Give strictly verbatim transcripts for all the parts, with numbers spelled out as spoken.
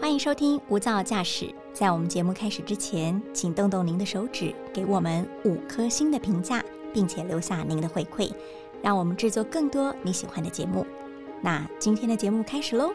欢迎收听无噪驾驶。在我们节目开始之前，请动动您的手指，给我们五颗星的评价，并且留下您的回馈，让我们制作更多你喜欢的节目。那今天的节目开始咯。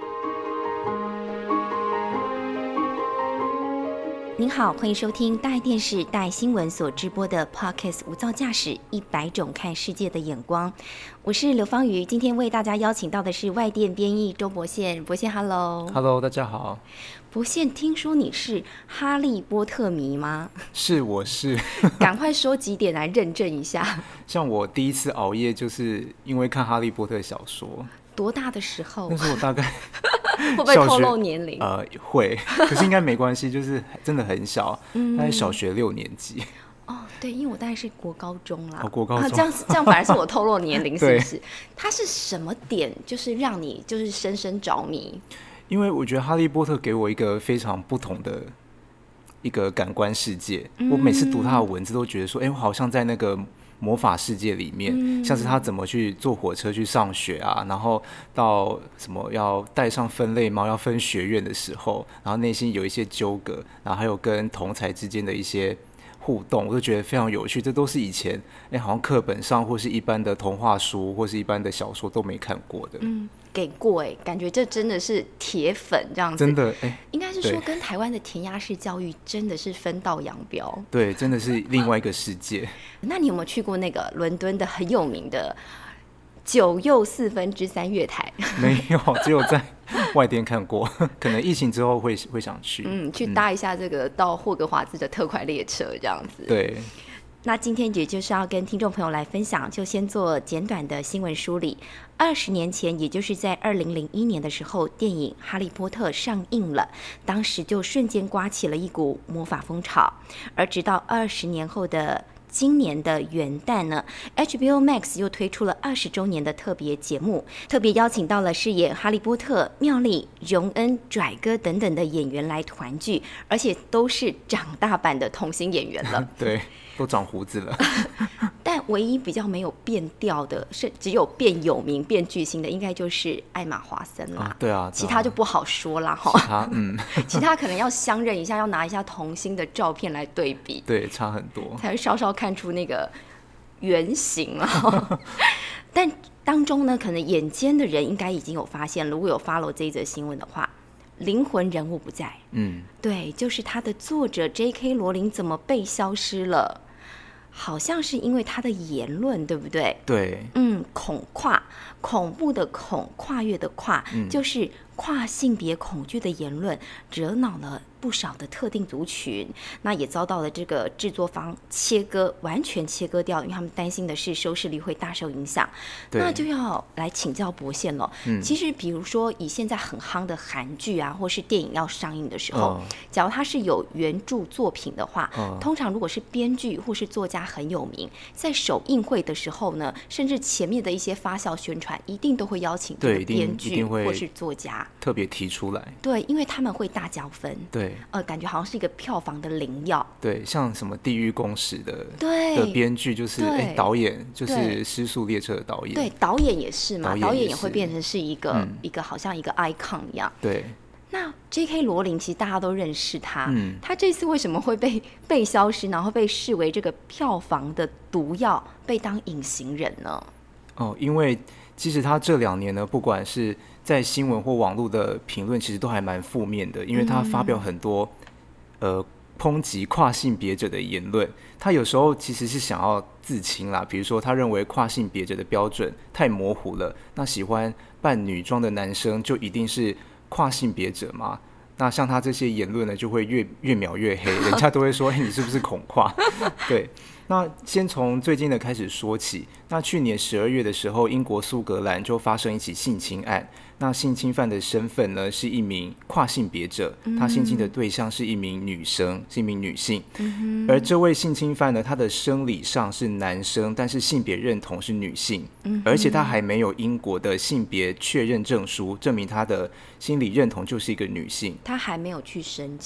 您好，欢迎收听大爱电视、大爱新闻所直播的 Podcast 无噪驾驶一百种看世界的眼光。我是刘芳瑜，今天为大家邀请到的是外电编译周博宪。博宪 ，Hello。 Hello， 大家好。 博宪，听说你是哈利波特迷吗？ 是，我是。 赶快说几点来认证一下。 像我第一次熬夜，就是因为看哈利波特小说。 多大的时候？ 那时候我大概会不会透露年龄？ 呃，会，可是应该没关系，就是真的很小，嗯、大概小学六年级。 哦，对，因为我大概是国高中啦。 哦，国高中，啊、 这样这样反而是我透露年龄，是不是？它是什么点，就是让你就是深深着迷？ 因为我觉得哈利波特给我一个非常不同的一个感官世界，嗯、我每次读他的文字都觉得说，哎，我好像在那个魔法世界里面，嗯、像是他怎么去坐火车去上学啊，然后到什么要带上分类猫要分学院的时候，然后内心有一些纠葛，然后还有跟同侪之间的一些互动，我就觉得非常有趣。这都是以前哎，好像课本上或是一般的童话书或是一般的小说都没看过的。 嗯，给过哎，感觉这真的是铁粉这样子。 真的哎， 应该是说跟台湾的填鸭式教育真的是分道扬镳。 对，真的是另外一个世界。 那你有没有去过那个伦敦的很有名的九又四分之三月台？ 没有，只有在外电看过，可能疫情之后会会想去， 嗯，去搭一下这个到霍格华兹的特快列车这样子。 对。 那今天也就是要跟听众朋友来分享，就先做简短的新闻梳理。二十年前，也就是在二零零一年的时候，电影《哈利波特》上映了，当时就瞬间刮起了一股魔法风潮。而直到二十年后的今年的元旦呢 ，H B O Max 又推出了二十周年的特别节目，特别邀请到了饰演哈利波特、妙丽、荣恩、拽哥等等的演员来团聚，而且都是长大版的童星演员了。 对，都长胡子了。 但唯一比较没有变调的，是只有变有名、变巨星的，应该就是艾玛华森啦。 啊对啊， 其他就不好说啦哈。 其他嗯， 其他可能要相认一下，要拿一下童星的照片来对比， 对，差很多， 才会稍稍看出那个原型了。但当中呢，可能眼尖的人应该已经有发现，如果有 follow 这一则新闻的话，灵魂人物不在。嗯，对，就是他的作者 J K 罗琳怎么被消失了？好像是因为他的言论，对不对？ 对， 嗯，恐跨，恐怖的恐，跨越的跨，嗯、就是跨性别恐惧的言论，惹恼了不少的特定族群，那也遭到了这个制作方切割，完全切割掉，因为他们担心的是收视率会大受影响。那就要来请教博宪了。嗯、其实，比如说以现在很夯的韩剧啊，或是电影要上映的时候，哦、假如它是有原著作品的话，哦、通常如果是编剧或是作家很有名，在首映会的时候呢，甚至前面的一些发酵宣传，一定都会邀请这个编剧或是作家特别提出来。 对，因为他们会大交分。 对。 呃，感觉好像是一个票房的灵药。 对，像什么《地狱公使》的对的编剧就是哎，导演就是《失速列车》的导演。 对，导演也是嘛，导演 也, 导演也会变成是一个、嗯、一个好像一个 icon 一样。 对。 那 J K 罗琳其实大家都认识他，嗯、他这次为什么会被被消失，然后被视为这个票房的毒药，被当隐形人呢？ 哦，因为其实他这两年呢，不管是在新闻或网络的评论，其实都还蛮负面的，因为他发表很多、嗯、呃抨击跨性别者的言论。他有时候其实是想要自清啦，比如说他认为跨性别者的标准太模糊了，那喜欢扮女装的男生就一定是跨性别者吗？那像他这些言论呢，就会越越描越黑，人家都会说，你是不是恐跨？对。那先从最近的开始说起。那去年十二月的时候，英国苏格兰就发生一起性侵案。那性侵犯的身份呢，是一名跨性别者，他性侵的对象是一名女生，是一名女性。嗯、而这位性侵犯呢，他的生理上是男生，但是性别认同是女性，嗯、而且他还没有英国的性别确认证书，证明他的心理认同就是一个女性。 他还没有去申请。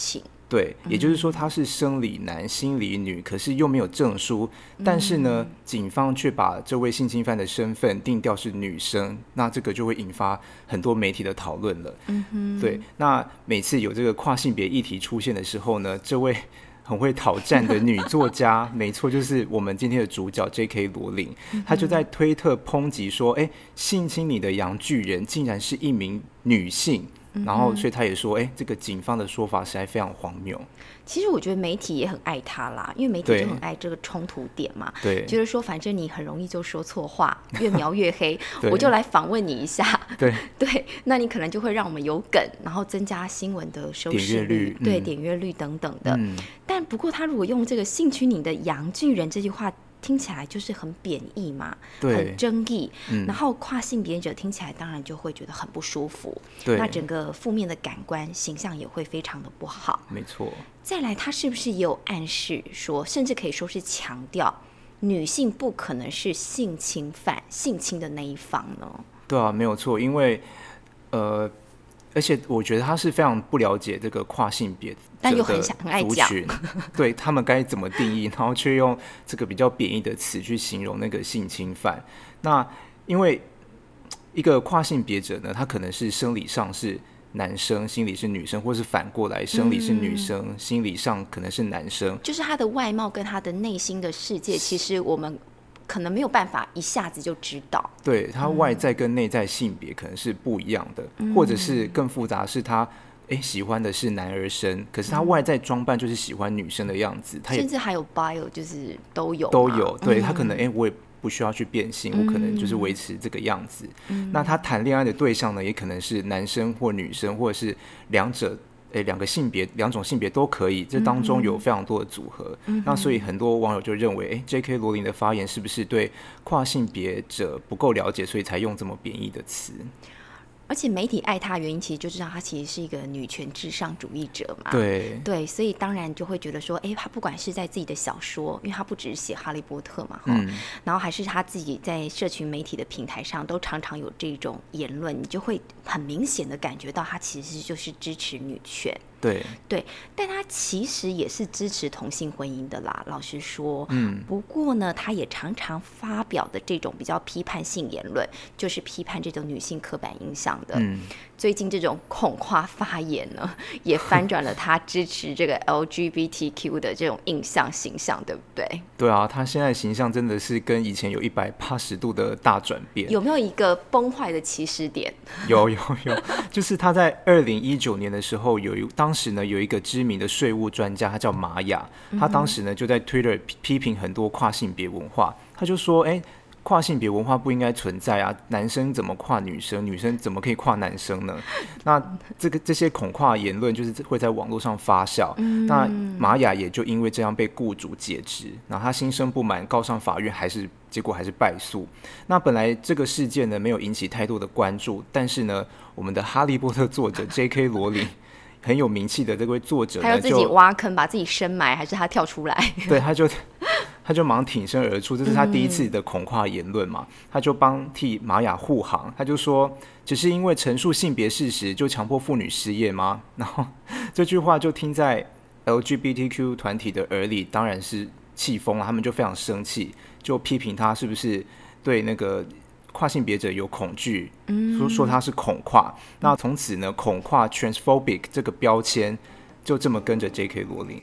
对，也就是说他是生理男心理女，可是又没有证书，但是呢、嗯、警方却把这位性侵犯的身份定调是女生，那这个就会引发很多媒体的讨论了。嗯哼，对，那每次有这个跨性别议题出现的时候呢，这位很会讨战的女作家没错，就是我们今天的主角 J K 罗琳，她就在推特抨击说，哎，性侵你的杨巨人竟然是一名女性，然后所以他也说，哎，这个警方的说法实在非常荒谬。 其实我觉得媒体也很爱他啦，因为媒体就很爱这个冲突点嘛， 对， 觉得说反正你很容易就说错话，越描越黑我就来访问你一下， 对对，那你可能就会让我们有梗，然后增加新闻的收视率， 点阅率， 对、 嗯、 点阅率等等的、 嗯、 但不过他如果用这个性侵你的杨巨人这句话听起来就是很贬义嘛，很争议、嗯、然后跨性别者听起来当然就会觉得很不舒服，对，那整个负面的感官形象也会非常的不好， 没错。 再来他是不是也有暗示说，甚至可以说是强调女性不可能是性侵犯性侵的那一方呢？ 对啊，没有错，因为呃而且我觉得他是非常不了解这个跨性别者的族群，但又很想很爱讲对他们该怎么定义，然后却用这个比较贬义的词去形容那个性侵犯。那因为一个跨性别者呢，他可能是生理上是男生，心理是女生，或是反过来，生理是女生、嗯、心理上可能是男生， 就是他的外貌跟他的内心的世界，其实我们可能没有办法一下子就知道， 对，他外在跟内在性别可能是不一样的、嗯、或者是更复杂是他诶喜欢的是男儿身，可是他外在装扮就是喜欢女生的样子、嗯、他也甚至还有 bio 就是都有都有，对、嗯、他可能诶我也不需要去变性、嗯、我可能就是维持这个样子、嗯、那他谈恋爱的对象呢也可能是男生或女生，或者是两者诶，两个性别，两种性别都可以，这当中有非常多的组合、嗯、那所以很多网友就认为，诶 J K 罗琳的发言是不是对跨性别者不够了解，所以才用这么贬义的词？ 而且媒体爱他的原因，其实就知道他其实是一个女权至上主义者嘛。 对对， 所以当然就会觉得说，哎，他不管是在自己的小说，因为他不只是写《哈利波特》嘛，嗯，然后还是他自己在社群媒体的平台上，都常常有这种言论，你就会很明显的感觉到他其实就是支持女权。 对对，但他其实也是支持同性婚姻的啦，老实说。嗯，不过呢，他也常常发表的这种比较批判性言论，就是批判这种女性刻板印象的。嗯，最近这种恐跨发言呢，也翻转了他支持这个 L G B T Q 的这种印象形象，对不对？ 对啊，他现在形象真的是跟以前有一百八十度的大转变。 有没有一个崩坏的起始点？ 有有有，就是他在二零一九年的时候，有一当时呢有一个知名的税务专家，他叫玛雅，他当时呢就在 Twitter 批评很多跨性别文化，他就说，哎，跨性别文化不应该存在啊，男生怎么跨女生，女生怎么可以跨男生呢？那这个这些恐跨言论就是会在网络上发酵、嗯、那玛雅也就因为这样被雇主解职，然后他心生不满，告上法院，还是结果还是败诉。那本来这个事件呢没有引起太多的关注，但是呢我们的哈利波特作者 J K 罗琳很有名气的这位作者呢， 还有自己挖坑把自己深埋，还是他跳出来？ 对，他就他就忙挺身而出，这是他第一次的恐跨言论嘛、嗯、他就帮替玛雅护航，他就说只是因为陈述性别事实就强迫妇女失业吗？然后这句话就听在 L G B T Q 团体的耳里当然是气疯了，他们就非常生气，就批评他是不是对那个跨性别者有恐惧，说说他是恐跨、嗯、那从此呢恐跨 transphobic 这个标签就这么跟着 J K 罗琳。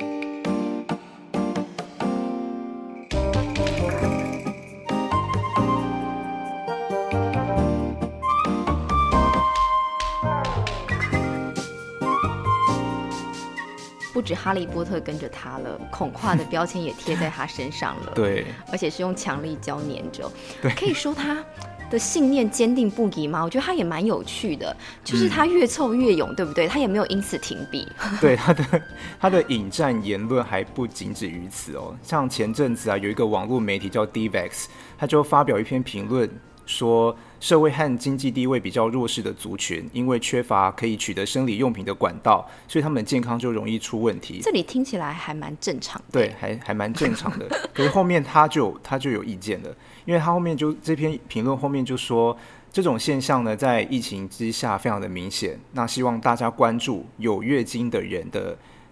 不止哈利波特跟着他了，恐跨的标签也贴在他身上了。 对， 而且是用强力胶粘着。可以说他的信念坚定不移吗？我觉得他也蛮有趣的，就是他越挫越勇、嗯、对不对？他也没有因此停笔。 对，他的他的引战言论还不仅止于此哦。像前阵子啊，有一个网络媒体叫 Divex， 他就发表一篇评论说，社会和经济地位比较弱势的族群，因为缺乏可以取得生理用品的管道，所以他们健康就容易出问题。 这里听起来还蛮正常的。 对，还还蛮正常的。可是后面他就他就有意见了，因为他后面就这篇评论后面就说，这种现象呢，在疫情之下非常的明显。那希望大家关注有月经的人的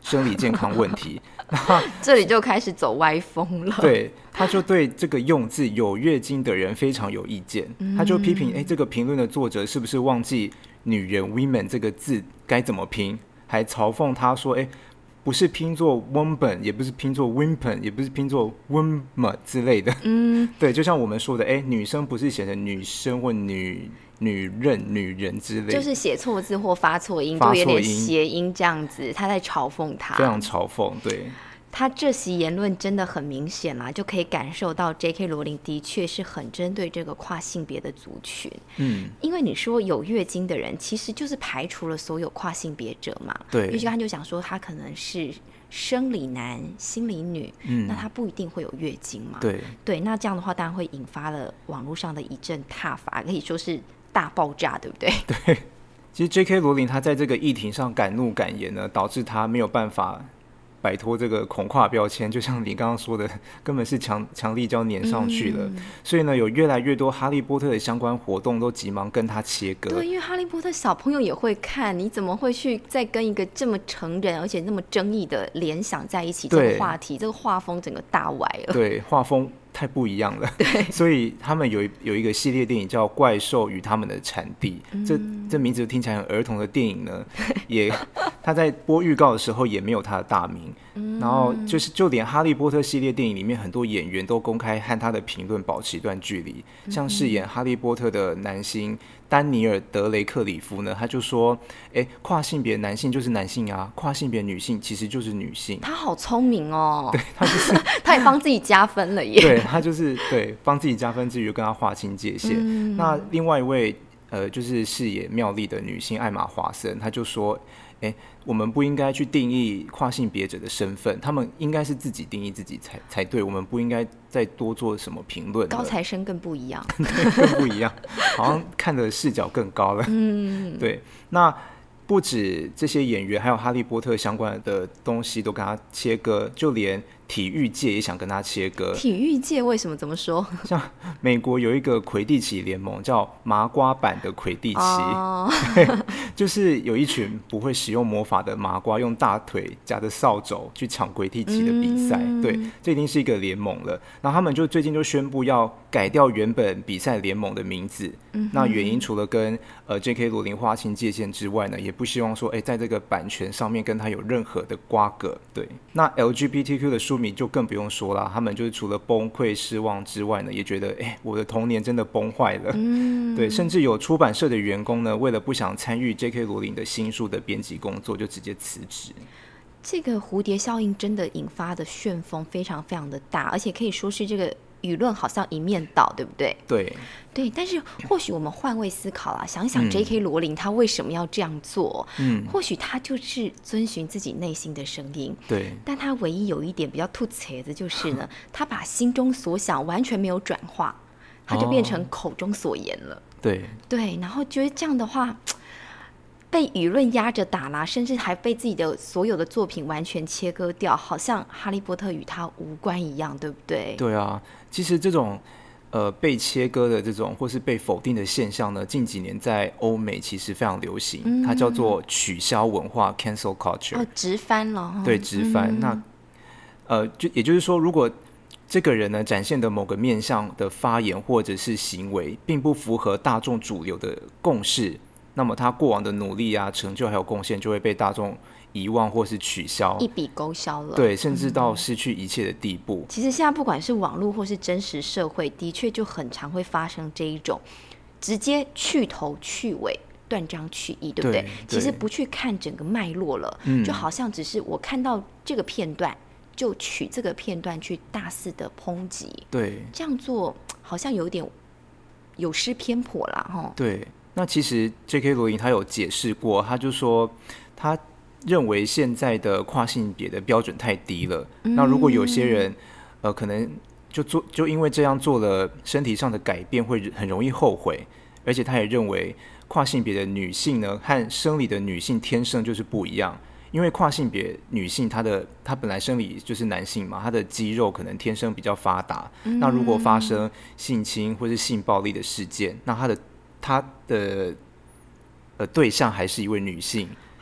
生理健康问题。 这里就开始走歪风了。 对，他就对这个用字有月经的人非常有意见，他就批评，哎，这个评论的作者是不是忘记女人 women 这个字该怎么拼，还嘲讽他说，哎，不是拼作 woman， 也不是拼作 women， 也不是拼作 woman 之类的。嗯，对，就像我们说的，哎，女生不是写成女生或女女人、女人之类的， 就是写错字或发错音，就有点谐音这样子。他在嘲讽他， 非常嘲讽。对， 他这席言论真的很明显啦，就可以感受到 J K 罗琳的确是很针对这个跨性别的族群。嗯，因为你说有月经的人，其实就是排除了所有跨性别者嘛。 对， 于是他就想说，他可能是生理男、心理女，嗯，那他不一定会有月经嘛。 对对，那这样的话，当然会引发了网络上的一阵挞伐，可以说是大爆炸，对不对？ 对，其实 J K 罗琳他在这个议题上敢怒敢言呢，导致他没有办法摆脱这个恐跨标签，就像你刚刚说的，根本是强强力胶粘上去了。嗯、所以呢，有越来越多哈利波特的相关活动都急忙跟他切割。 对，因为哈利波特小朋友也会看，你怎么会去再跟一个这么成人而且那么争议的联想在一起？这个话题，这个画风整个大歪了。 对，画风太不一样了。 对， 所以他们有有一个系列电影叫《怪兽与他们的产地》，嗯、这这名字听起来很儿童的电影呢，也他在播预告的时候也没有他的大名。嗯、然后就是就连哈利波特系列电影里面很多演员都公开和他的评论保持一段距离，嗯、像饰演哈利波特的男星丹尼尔·德雷克里夫呢，他就说，哎，跨性别男性就是男性啊，跨性别女性其实就是女性。 他好聪明哦。 对，他就是他也帮自己加分了耶。 对，他就是对帮自己加分之余跟他划清界限。嗯、那另外一位呃，就是饰演妙丽的女性艾玛·华森，他就说，哎，我们不应该去定义跨性别者的身份，他们应该是自己定义自己才才对，我们不应该再多做什么评论。 高材生更不一样。 对，更不一样，好像看的视角更高了。嗯，对，那不止这些演员，还有哈利波特相关的东西都跟他切割，就连体育界也想跟他切割。 体育界为什么这么说？ 像美国有一个魁地奇联盟叫麻瓜版的魁地奇，哦、就是有一群不会使用魔法的麻瓜用大腿夹着扫帚去抢魁地奇的比赛。嗯、对，这已经是一个联盟了。然后他们就最近就宣布要改掉原本比赛联盟的名字。嗯、那原因除了跟呃 J K 罗琳划清界限之外呢，也不希望说，哎，在这个版权上面跟他有任何的瓜葛。对，那 L G B T Q 的书迷就更不用说了，他们就是除了崩溃失望之外呢，也觉得，哎，我的童年真的崩坏了。嗯，对，甚至有出版社的员工呢，为了不想参与 J K 罗琳的新书的编辑工作，就直接辞职。 这个蝴蝶效应真的引发的旋风非常非常的大，而且可以说是这个舆论好像一面倒，对不对？ 对对，但是或许我们换位思考啦，想想 J K 罗琳他为什么要这样做？嗯，或许他就是遵循自己内心的声音。 对， 但他唯一有一点比较吐槽的就是呢，他把心中所想完全没有转化，他就变成口中所言了。 哦、对对，然后觉得这样的话，被舆论压着打啦，甚至还被自己的所有的作品完全切割掉，好像哈利波特与他无关一样，对不对？ 对啊，其实这种呃被切割的这种或是被否定的现象呢，近几年在欧美其实非常流行，嗯、它叫做取消文化 （cancel culture）。 哦，直翻了。 对，直翻。嗯、那呃，就也就是说，如果这个人呢展现的某个面向的发言或者是行为，并不符合大众主流的共识，那么他过往的努力啊、成就还有贡献就会被大众遗忘或是取消， 一笔勾销了。 对，甚至到失去一切的地步。 嗯、其实现在不管是网络或是真实社会，的确就很常会发生这一种直接去头去尾、断章取义，对不对？ 对， 其实不去看整个脉络了，嗯、就好像只是我看到这个片段，就取这个片段去大肆的抨击。 对， 这样做好像有点有失偏颇啦，齁。 对。那其实 J K 罗琳他有解释过，他就说他认为现在的跨性别的标准太低了。嗯、那如果有些人呃可能就做就因为这样做了身体上的改变，会很容易后悔。而且他也认为跨性别的女性呢和生理的女性天生就是不一样。因为跨性别女性她的她本来生理就是男性嘛，她的肌肉可能天生比较发达。嗯、那如果发生性侵或是性暴力的事件，那她的他的呃对象还是一位女性，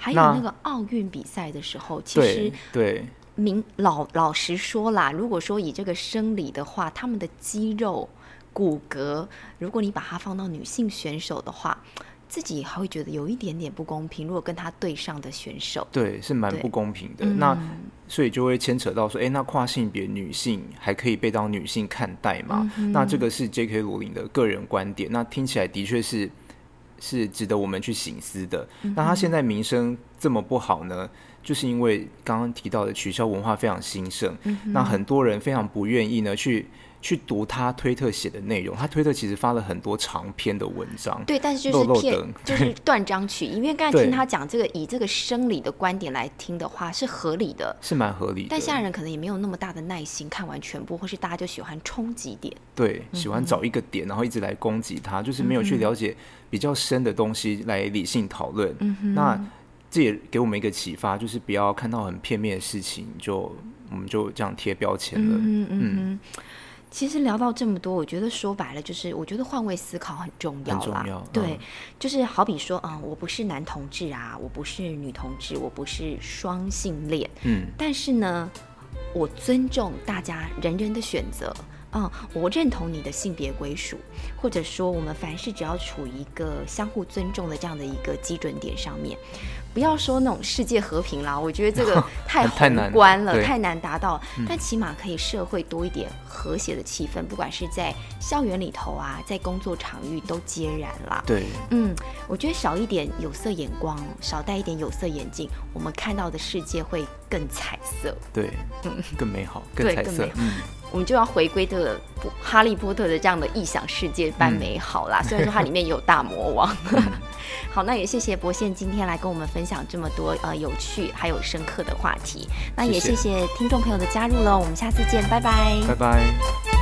还有那个奥运比赛的时候，其实对明老老实说啦，如果说以这个生理的话，他们的肌肉骨骼，如果你把它放到女性选手的话，自己还会觉得有一点点不公平。如果跟他对上的选手， 对，是蛮不公平的。那、嗯、所以就会牵扯到说，哎，那跨性别女性还可以被当女性看待吗？嗯、那这个是 J K 罗琳的个人观点，那听起来的确是是值得我们去省思的。嗯、那他现在名声这么不好呢，就是因为刚刚提到的取消文化非常兴盛，嗯、那很多人非常不愿意呢去。去读他推特写的内容，他推特其实发了很多长篇的文章， 对，但是就是片就是断章取义。因为刚才听他讲这个，以这个生理的观点来听的话，是合理的， 是蛮合理的。 但现在人可能也没有那么大的耐心看完全部，或是大家就喜欢冲击点， 对，喜欢找一个点，然后一直来攻击他，就是没有去了解比较深的东西来理性讨论。嗯、那这也给我们一个启发，就是不要看到很片面的事情，就我们就这样贴标签了。嗯嗯嗯。 其实聊到这么多，我觉得说白了就是，我觉得换位思考很重要啦。 很重要， 对，嗯、就是好比说，嗯，我不是男同志啊，我不是女同志，我不是双性恋，嗯，但是呢，我尊重大家人人的选择。嗯，我认同你的性别归属，或者说我们凡事只要处于一个相互尊重的这样的一个基准点上面，不要说那种世界和平啦，我觉得这个太宏观了，太难达到，嗯、但起码可以社会多一点和谐的气氛，不管是在校园里头啊，在工作场域都皆然啦。 对， 嗯，我觉得少一点有色眼光，少戴一点有色眼镜，我们看到的世界会更彩色， 对，嗯，更美好，更彩色。嗯， 我们就要回归这个哈利波特的这样的异想世界般美好啦。嗯、虽然说它里面也有大魔王。好，那也谢谢博宪今天来跟我们分享这么多呃有趣还有深刻的话题。那也谢谢听众朋友的加入喽，我们下次见，拜拜， 拜拜。